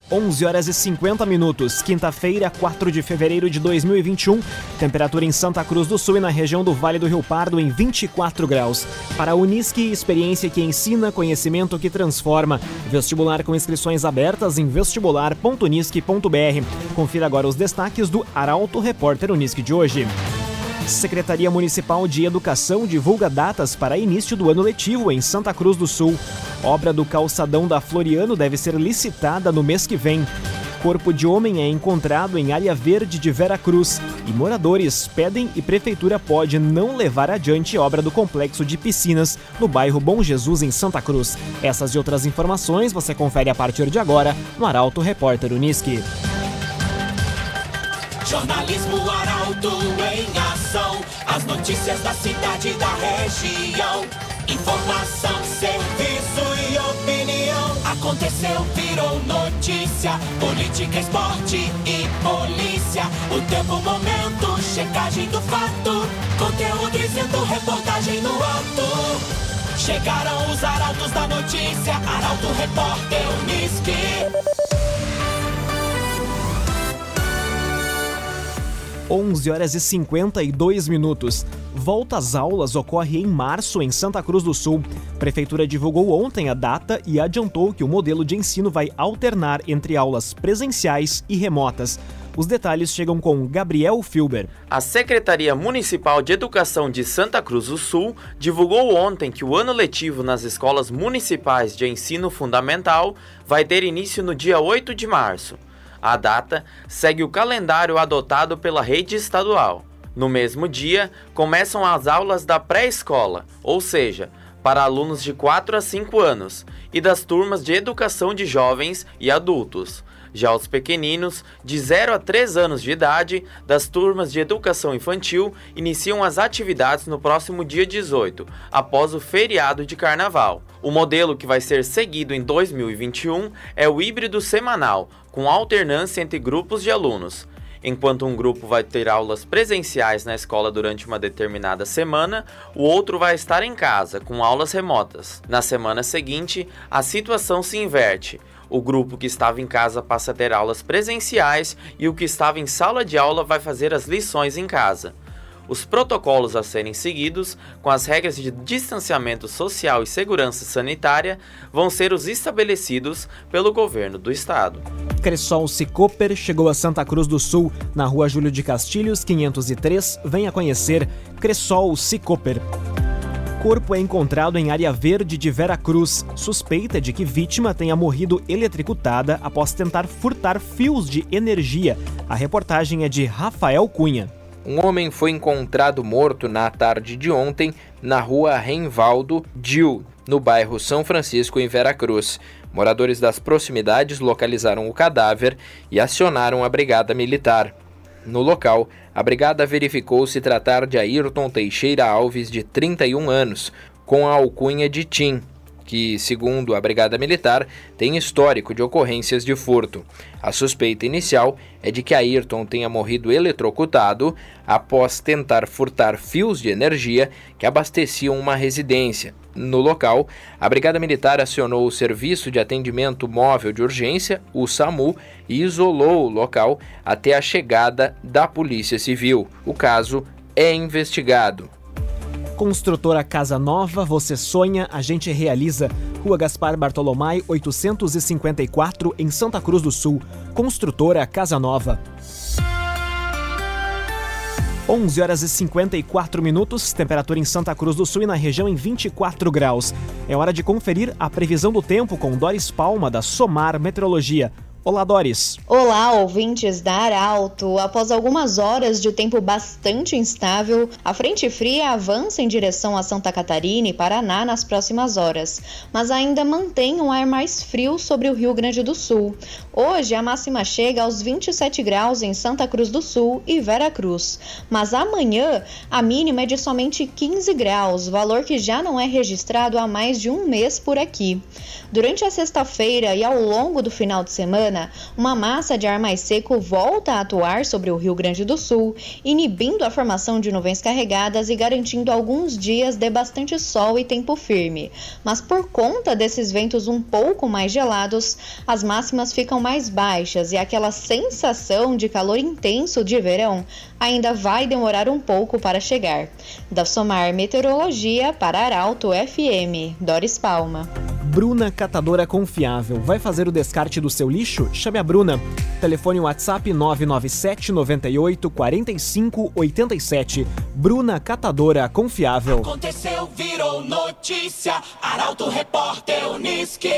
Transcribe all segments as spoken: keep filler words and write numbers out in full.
onze horas e cinquenta minutos, quinta-feira, quatro de fevereiro de dois mil e vinte e um, temperatura em Santa Cruz do Sul e na região do Vale do Rio Pardo em vinte e quatro graus. Para a Unisque, experiência que ensina, conhecimento que transforma. Vestibular com inscrições abertas em vestibular ponto unisque ponto br. Confira agora os destaques do Arauto Repórter Unisque de hoje. Secretaria Municipal de Educação divulga datas para início do ano letivo em Santa Cruz do Sul. Obra do calçadão da Floriano deve ser licitada no mês que vem. Corpo de homem é encontrado em área verde de Vera Cruz. E moradores pedem e prefeitura pode não levar adiante obra do complexo de piscinas no bairro Bom Jesus, em Santa Cruz. Essas e outras informações você confere a partir de agora no Arauto Repórter Unisque. Jornalismo Arauto em ação. As notícias da cidade e da região. Informação, serviço e opinião. Aconteceu, virou notícia. Política, esporte e polícia. O tempo, momento, checagem do fato. Conteúdo dizendo, reportagem no ato. Chegaram os arautos da notícia. Arauto Repórter Unisque. onze horas e cinquenta e dois minutos. Volta às aulas ocorre em março em Santa Cruz do Sul. Prefeitura divulgou ontem a data e adiantou que o modelo de ensino vai alternar entre aulas presenciais e remotas. Os detalhes chegam com Gabriel Filber. A Secretaria Municipal de Educação de Santa Cruz do Sul divulgou ontem que o ano letivo nas escolas municipais de ensino fundamental vai ter início no dia oito de março. A data segue o calendário adotado pela rede estadual. No mesmo dia, começam as aulas da pré-escola, ou seja, para alunos de quatro a cinco anos, e das turmas de educação de jovens e adultos. Já os pequeninos, de zero a três anos de idade, das turmas de educação infantil, iniciam as atividades no próximo dia dezoito, após o feriado de carnaval. O modelo que vai ser seguido em dois mil e vinte e um é o híbrido semanal, com alternância entre grupos de alunos. Enquanto um grupo vai ter aulas presenciais na escola durante uma determinada semana, o outro vai estar em casa, com aulas remotas. Na semana seguinte, a situação se inverte. O grupo que estava em casa passa a ter aulas presenciais e o que estava em sala de aula vai fazer as lições em casa. Os protocolos a serem seguidos, com as regras de distanciamento social e segurança sanitária, vão ser os estabelecidos pelo governo do estado. Cressol Cicoper chegou a Santa Cruz do Sul, na rua Júlio de Castilhos, quinhentos e três. Venha conhecer Cressol Cicoper. Corpo é encontrado em área verde de Vera Cruz. Suspeita de que vítima tenha morrido eletrocutada após tentar furtar fios de energia. A reportagem é de Rafael Cunha. Um homem foi encontrado morto na tarde de ontem na rua Reinvaldo Dil, no bairro São Francisco, em Vera Cruz. Moradores das proximidades localizaram o cadáver e acionaram a Brigada Militar. No local, a brigada verificou se tratar de Ayrton Teixeira Alves, de trinta e um anos, com a alcunha de Tim, que, segundo a Brigada Militar, tem histórico de ocorrências de furto. A suspeita inicial é de que Ayrton tenha morrido eletrocutado após tentar furtar fios de energia que abasteciam uma residência. No local, a Brigada Militar acionou o Serviço de Atendimento Móvel de Urgência, o SAMU, e isolou o local até a chegada da Polícia Civil. O caso é investigado. Construtora Casa Nova, você sonha, a gente realiza. Rua Gaspar Bartolomai, oitocentos e cinquenta e quatro, em Santa Cruz do Sul. Construtora Casa Nova. onze horas e cinquenta e quatro minutos, temperatura em Santa Cruz do Sul e na região em vinte e quatro graus. É hora de conferir a previsão do tempo com Doris Palma, da Somar Meteorologia. Olá, Doris. Olá, ouvintes da Arauto. Após algumas horas de tempo bastante instável, a frente fria avança em direção a Santa Catarina e Paraná nas próximas horas, mas ainda mantém um ar mais frio sobre o Rio Grande do Sul. Hoje, a máxima chega aos vinte e sete graus em Santa Cruz do Sul e Vera Cruz, mas amanhã a mínima é de somente quinze graus, valor que já não é registrado há mais de um mês por aqui. Durante a sexta-feira e ao longo do final de semana, semana, uma massa de ar mais seco volta a atuar sobre o Rio Grande do Sul, inibindo a formação de nuvens carregadas e garantindo alguns dias de bastante sol e tempo firme. Mas por conta desses ventos um pouco mais gelados, as máximas ficam mais baixas e aquela sensação de calor intenso de verão ainda vai demorar um pouco para chegar. Da Somar Meteorologia para Arauto F M, Doris Palma. Bruna Catadora Confiável. Vai fazer o descarte do seu lixo? Chame a Bruna. Telefone WhatsApp nove nove sete, nove oito, quatro cinco oito sete. Bruna Catadora Confiável. Aconteceu, virou notícia. Arauto Repórter Unisque.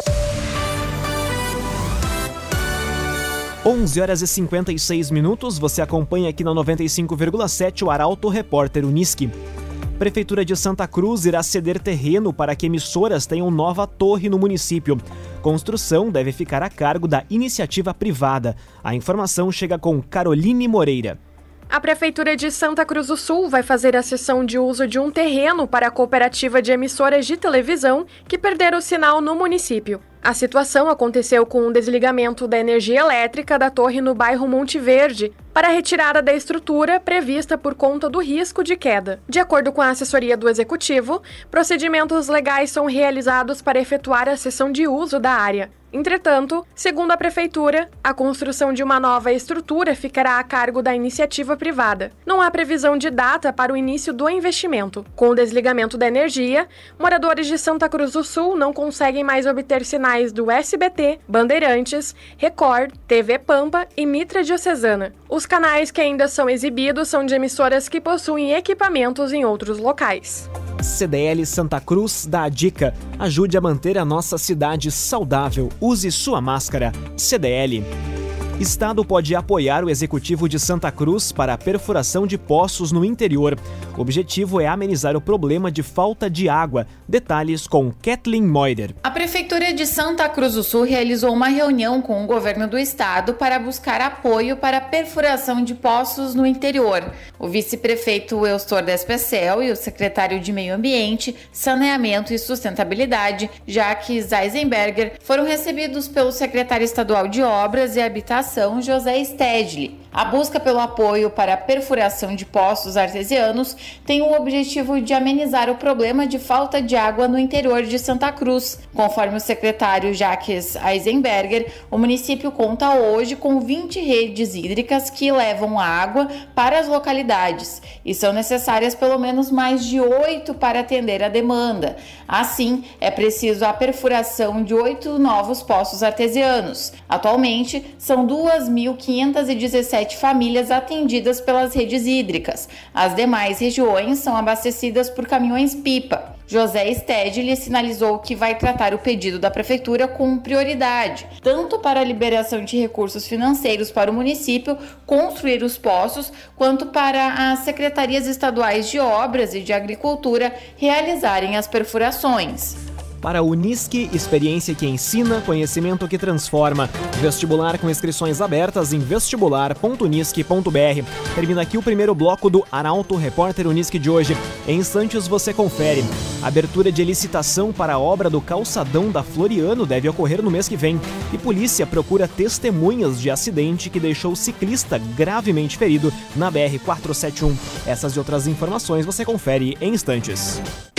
onze horas e cinquenta e seis minutos, você acompanha aqui na noventa e cinco vírgula sete o Arauto Repórter Unisque. Prefeitura de Santa Cruz irá ceder terreno para que emissoras tenham nova torre no município. Construção deve ficar a cargo da iniciativa privada. A informação chega com Caroline Moreira. A Prefeitura de Santa Cruz do Sul vai fazer a cessão de uso de um terreno para a cooperativa de emissoras de televisão que perderam o sinal no município. A situação aconteceu com o desligamento da energia elétrica da torre no bairro Monte Verde para a retirada da estrutura prevista por conta do risco de queda. De acordo com a assessoria do Executivo, procedimentos legais são realizados para efetuar a cessão de uso da área. Entretanto, segundo a Prefeitura, a construção de uma nova estrutura ficará a cargo da iniciativa privada. Não há previsão de data para o início do investimento. Com o desligamento da energia, moradores de Santa Cruz do Sul não conseguem mais obter sinais do S B T, Bandeirantes, Record, T V Pampa e Mitra Diocesana. Os canais que ainda são exibidos são de emissoras que possuem equipamentos em outros locais. C D L Santa Cruz dá a dica: ajude a manter a nossa cidade saudável. Use sua máscara. C D L. Estado pode apoiar o Executivo de Santa Cruz para a perfuração de poços no interior. O objetivo é amenizar o problema de falta de água. Detalhes com Kathleen Moider. A Prefeitura de Santa Cruz do Sul realizou uma reunião com o governo do estado para buscar apoio para a perfuração de poços no interior. O vice-prefeito Eustor Despecel e o secretário de Meio Ambiente, Saneamento e Sustentabilidade, Jacques Eisenberger, foram recebidos pelo secretário estadual de Obras e Habitação, José Stedley. A busca pelo apoio para a perfuração de poços artesianos tem o objetivo de amenizar o problema de falta de água no interior de Santa Cruz. Conforme o secretário Jacques Eisenberger, o município conta hoje com vinte redes hídricas que levam água para as localidades e são necessárias pelo menos mais de oito para atender a demanda. Assim, é preciso a perfuração de oito novos poços artesianos. Atualmente, são duas mil quinhentas e dezessete famílias atendidas pelas redes hídricas. As demais regiões são abastecidas por caminhões-pipa. José Stedley sinalizou que vai tratar o pedido da Prefeitura com prioridade, tanto para a liberação de recursos financeiros para o município construir os poços, quanto para as secretarias estaduais de Obras e de Agricultura realizarem as perfurações. Para a Unisque, experiência que ensina, conhecimento que transforma. Vestibular com inscrições abertas em vestibular ponto unisque ponto br. Termina aqui o primeiro bloco do Arauto Repórter Unisque de hoje. Em instantes você confere. Abertura de licitação para a obra do calçadão da Floriano deve ocorrer no mês que vem. E polícia procura testemunhas de acidente que deixou o ciclista gravemente ferido na B R quatrocentos e setenta e um. Essas e outras informações você confere em instantes.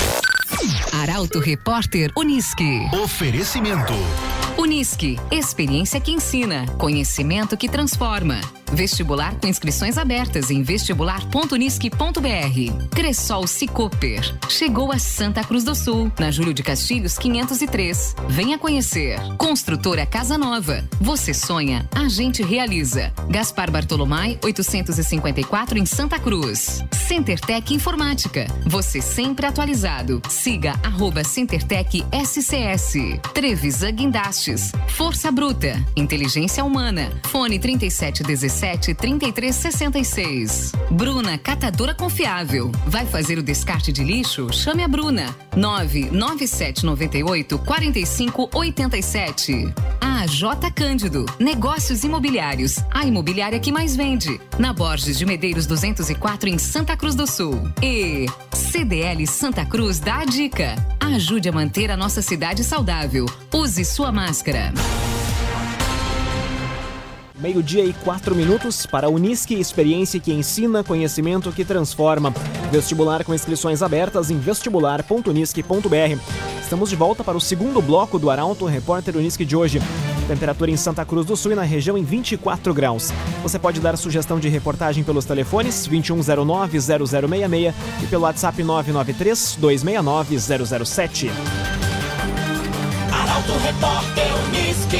Arauto Repórter Unisque. Oferecimento. Unisque, experiência que ensina, conhecimento que transforma. Vestibular com inscrições abertas em vestibular ponto unisque ponto br. Cressol Cicoper. Chegou a Santa Cruz do Sul, na Júlio de Castilhos quinhentos e três. Venha conhecer. Construtora Casa Nova. Você sonha, a gente realiza. Gaspar Bartolomai, oitocentos e cinquenta e quatro em Santa Cruz. CenterTech Informática. Você sempre atualizado. Siga arroba CenterTech S C S. Trevisan Guindastes. Força Bruta. Inteligência Humana. Fone trinta e sete dezessete, trinta e três sessenta e seis. Bruna Catadora Confiável. Vai fazer o descarte de lixo? Chame a Bruna. nove nove sete nove oito, quatro cinco oito sete. A J Cândido. Negócios imobiliários. A imobiliária que mais vende. Na Borges de Medeiros duzentos e quatro em Santa Cruz do Sul. E C D L Santa Cruz dá a dica. Ajude a manter a nossa cidade saudável. Use sua máscara. Meio-dia e quatro minutos para a Unisque, experiência que ensina, conhecimento que transforma. Vestibular com inscrições abertas em vestibular ponto unisque ponto br. Estamos de volta para o segundo bloco do Arauto Repórter Unisque de hoje. Temperatura em Santa Cruz do Sul e na região em vinte e quatro graus. Você pode dar sugestão de reportagem pelos telefones vinte e um zero nove, zero zero seis seis e pelo WhatsApp nove nove três, dois seis nove, zero zero sete. Arauto Repórter Unisque.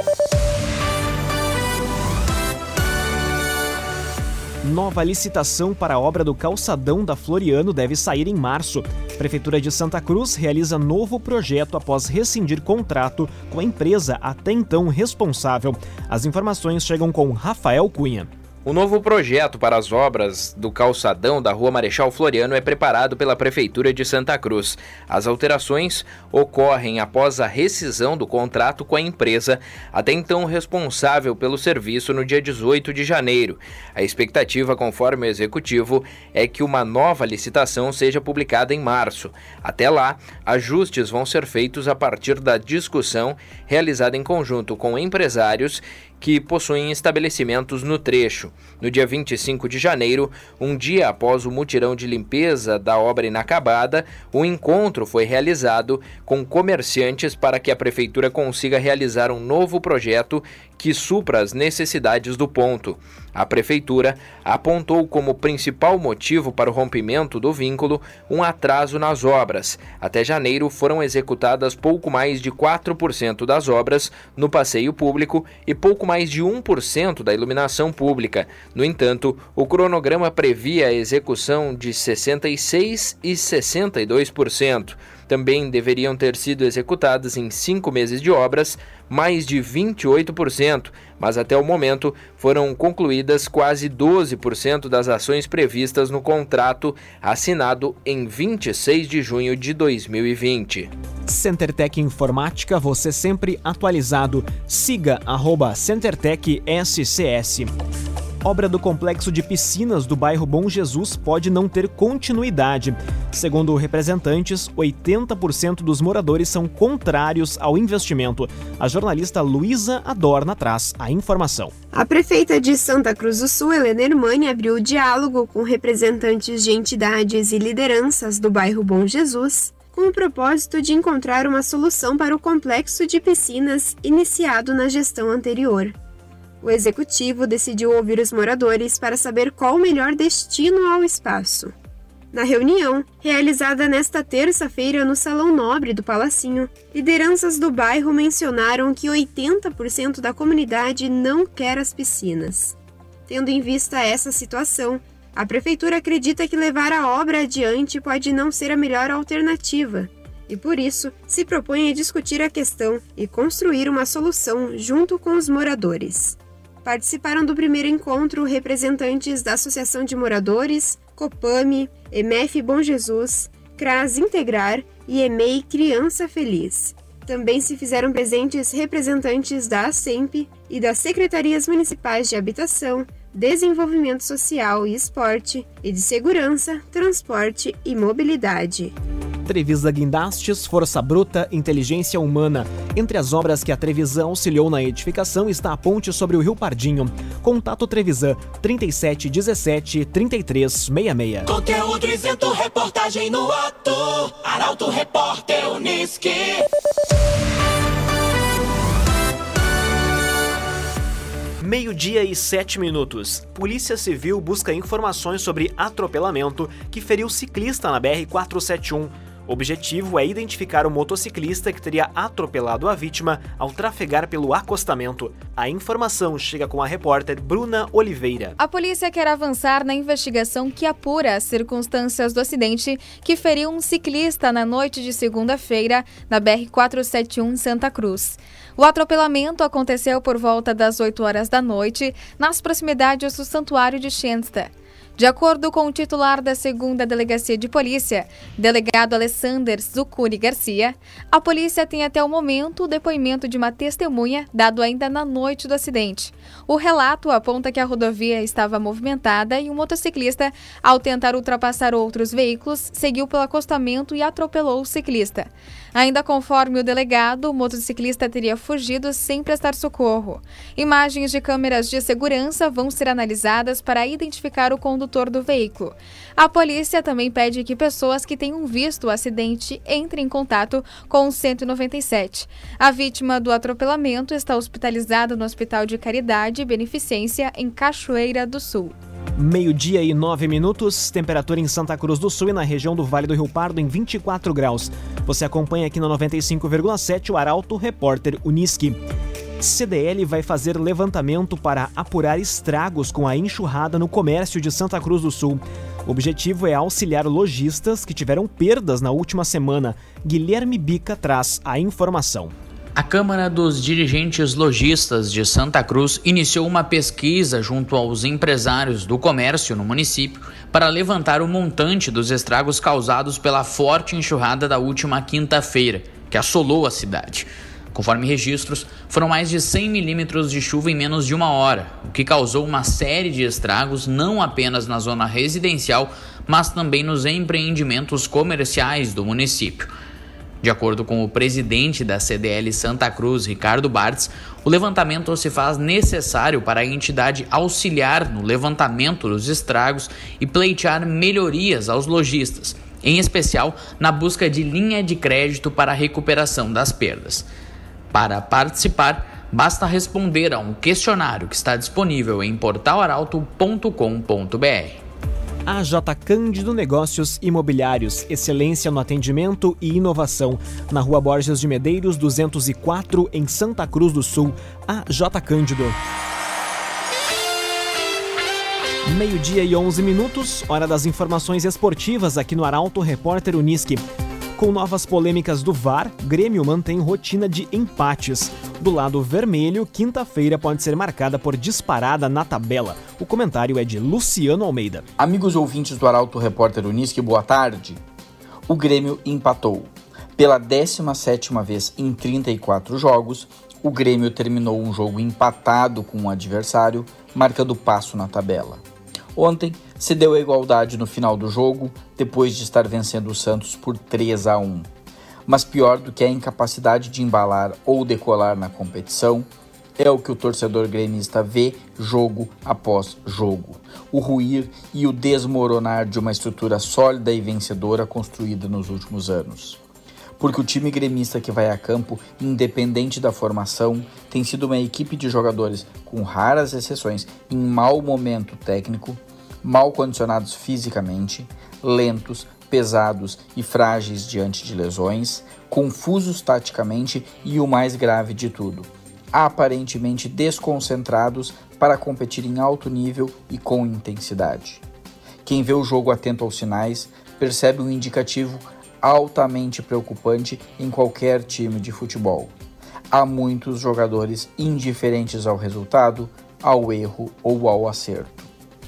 Nova licitação para a obra do calçadão da Floriano deve sair em março. Prefeitura de Santa Cruz realiza novo projeto após rescindir contrato com a empresa até então responsável. As informações chegam com Rafael Cunha. O novo projeto para as obras do calçadão da Rua Marechal Floriano é preparado pela Prefeitura de Santa Cruz. As alterações ocorrem após a rescisão do contrato com a empresa, até então responsável pelo serviço no dia dezoito de janeiro. A expectativa, conforme o Executivo, é que uma nova licitação seja publicada em março. Até lá, ajustes vão ser feitos a partir da discussão realizada em conjunto com empresários que possuem estabelecimentos no trecho. No dia vinte e cinco de janeiro, um dia após o mutirão de limpeza da obra inacabada, um encontro foi realizado com comerciantes para que a Prefeitura consiga realizar um novo projeto que supra as necessidades do ponto. A Prefeitura apontou como principal motivo para o rompimento do vínculo um atraso nas obras. Até janeiro foram executadas pouco mais de quatro por cento das obras no passeio público e pouco mais de um por cento da iluminação pública. No entanto, o cronograma previa a execução de sessenta e seis por cento e sessenta e dois por cento. Também deveriam ter sido executadas em cinco meses de obras, mais de vinte e oito por cento, mas até o momento foram concluídas quase doze por cento das ações previstas no contrato assinado em vinte e seis de junho de dois mil e vinte. CenterTech Informática, você sempre atualizado. Siga arroba CenterTech S C S. Obra do complexo de piscinas do bairro Bom Jesus pode não ter continuidade. Segundo representantes, oitenta por cento dos moradores são contrários ao investimento. A jornalista Luísa Adorna traz a informação. A prefeita de Santa Cruz do Sul, Helena Hermani, abriu o diálogo com representantes de entidades e lideranças do bairro Bom Jesus, com o propósito de encontrar uma solução para o complexo de piscinas iniciado na gestão anterior. O executivo decidiu ouvir os moradores para saber qual o melhor destino ao espaço. Na reunião, realizada nesta terça-feira no Salão Nobre do Palacinho, lideranças do bairro mencionaram que oitenta por cento da comunidade não quer as piscinas. Tendo em vista essa situação, a prefeitura acredita que levar a obra adiante pode não ser a melhor alternativa, e por isso se propõe a discutir a questão e construir uma solução junto com os moradores. Participaram do primeiro encontro representantes da Associação de Moradores, Copame, E M F Bom Jesus, CRAS Integrar e E M E I Criança Feliz. Também se fizeram presentes representantes da ASEMP e das Secretarias Municipais de Habitação, Desenvolvimento Social e Esporte e de Segurança, Transporte e Mobilidade. Trevisan Guindastes, Força Bruta, Inteligência Humana. Entre as obras que a Trevisan auxiliou na edificação está a ponte sobre o Rio Pardinho. Contato Trevisan trinta e sete dezessete, trinta e três sessenta e seis. Conteúdo isento, reportagem no ato. Arauto Repórter Unisque. Meio-dia e sete minutos. Polícia Civil busca informações sobre atropelamento que feriu ciclista na B R quatrocentos e setenta e um. O objetivo é identificar o motociclista que teria atropelado a vítima ao trafegar pelo acostamento. A informação chega com a repórter Bruna Oliveira. A polícia quer avançar na investigação que apura as circunstâncias do acidente que feriu um ciclista na noite de segunda-feira na B R quatrocentos e setenta e um em Santa Cruz. O atropelamento aconteceu por volta das oito horas da noite, nas proximidades do Santuário de Xensta. De acordo com o titular da segunda Delegacia de Polícia, delegado Alessander Zucuri Garcia, a polícia tem até o momento o depoimento de uma testemunha dado ainda na noite do acidente. O relato aponta que a rodovia estava movimentada e um motociclista, ao tentar ultrapassar outros veículos, seguiu pelo acostamento e atropelou o ciclista. Ainda conforme o delegado, o motociclista teria fugido sem prestar socorro. Imagens de câmeras de segurança vão ser analisadas para identificar o condutor do veículo. A polícia também pede que pessoas que tenham visto o acidente entrem em contato com o cento e noventa e sete. A vítima do atropelamento está hospitalizada no Hospital de Caridade e Beneficência, em Cachoeira do Sul. Meio-dia e nove minutos, temperatura em Santa Cruz do Sul e na região do Vale do Rio Pardo em vinte e quatro graus. Você acompanha aqui no noventa e cinco vírgula sete o Arauto Repórter Unisque. C D L vai fazer levantamento para apurar estragos com a enxurrada no comércio de Santa Cruz do Sul. O objetivo é auxiliar lojistas que tiveram perdas na última semana. Guilherme Bica traz a informação. A Câmara dos Dirigentes Lojistas de Santa Cruz iniciou uma pesquisa junto aos empresários do comércio no município para levantar o montante dos estragos causados pela forte enxurrada da última quinta-feira, que assolou a cidade. Conforme registros, foram mais de cem milímetros de chuva em menos de uma hora, o que causou uma série de estragos não apenas na zona residencial, mas também nos empreendimentos comerciais do município. De acordo com o presidente da C D L Santa Cruz, Ricardo Bartz, o levantamento se faz necessário para a entidade auxiliar no levantamento dos estragos e pleitear melhorias aos lojistas, em especial na busca de linha de crédito para a recuperação das perdas. Para participar, basta responder a um questionário que está disponível em portal arauto ponto com ponto b r. A J. Cândido Negócios Imobiliários, excelência no atendimento e inovação. Na Rua Borges de Medeiros, duzentos e quatro, em Santa Cruz do Sul. A J. Cândido. Meio-dia e onze minutos, hora das informações esportivas aqui no Arauto Repórter Unisque. Com novas polêmicas do V A R, Grêmio mantém rotina de empates. Do lado vermelho, quinta-feira pode ser marcada por disparada na tabela. O comentário é de Luciano Almeida. Amigos ouvintes do Arauto Repórter Unisque, boa tarde. O Grêmio empatou. Pela décima sétima vez em trinta e quatro jogos, o Grêmio terminou um jogo empatado com o adversário, marcando passo na tabela. Ontem, se deu a igualdade no final do jogo, depois de estar vencendo o Santos por três a um. Mas pior do que a incapacidade de embalar ou decolar na competição, é o que o torcedor gremista vê jogo após jogo. O ruir e o desmoronar de uma estrutura sólida e vencedora construída nos últimos anos. Porque o time gremista que vai a campo, independente da formação, tem sido uma equipe de jogadores, com raras exceções, em mau momento técnico, mal condicionados fisicamente, lentos, pesados e frágeis diante de lesões, confusos taticamente e o mais grave de tudo, aparentemente desconcentrados para competir em alto nível e com intensidade. Quem vê o jogo atento aos sinais percebe um indicativo altamente preocupante em qualquer time de futebol. Há muitos jogadores indiferentes ao resultado, ao erro ou ao acerto.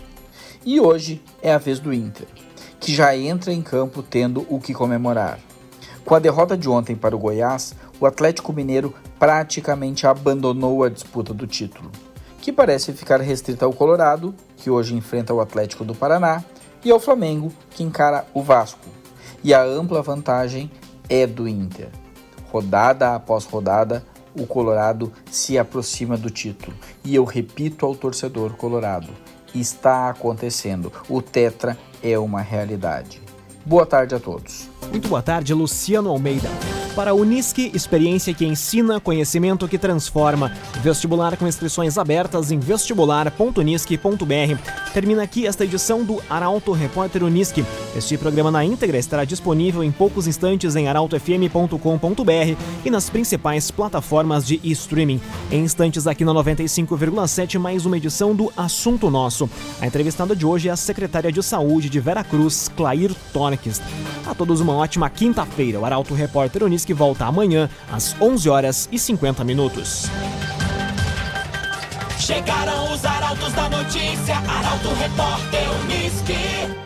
E hoje é a vez do Inter, que já entra em campo tendo o que comemorar. Com a derrota de ontem para o Goiás, o Atlético Mineiro praticamente abandonou a disputa do título, que parece ficar restrita ao Colorado, que hoje enfrenta o Atlético do Paraná, e ao Flamengo, que encara o Vasco. E a ampla vantagem é do Inter. Rodada após rodada, o Colorado se aproxima do título. E eu repito ao torcedor colorado, está acontecendo. O Tetra é uma realidade. Boa tarde a todos. Muito boa tarde, Luciano Almeida. Para a Unisque, experiência que ensina, conhecimento que transforma. Vestibular com inscrições abertas em vestibular ponto unisque ponto b r. Termina aqui esta edição do Arauto Repórter Unisque. Este programa na íntegra estará disponível em poucos instantes em arauto f m ponto com ponto b r e nas principais plataformas de streaming. Em instantes aqui na noventa e cinco vírgula sete, mais uma edição do Assunto Nosso. A entrevistada de hoje é a secretária de Saúde de Veracruz, Clair Torques. A todos uma ótima quinta-feira. O Arauto Repórter Unisque que volta amanhã às onze horas e cinquenta minutos. Chegaram os arautos da notícia, Arauto Repórter Unisque.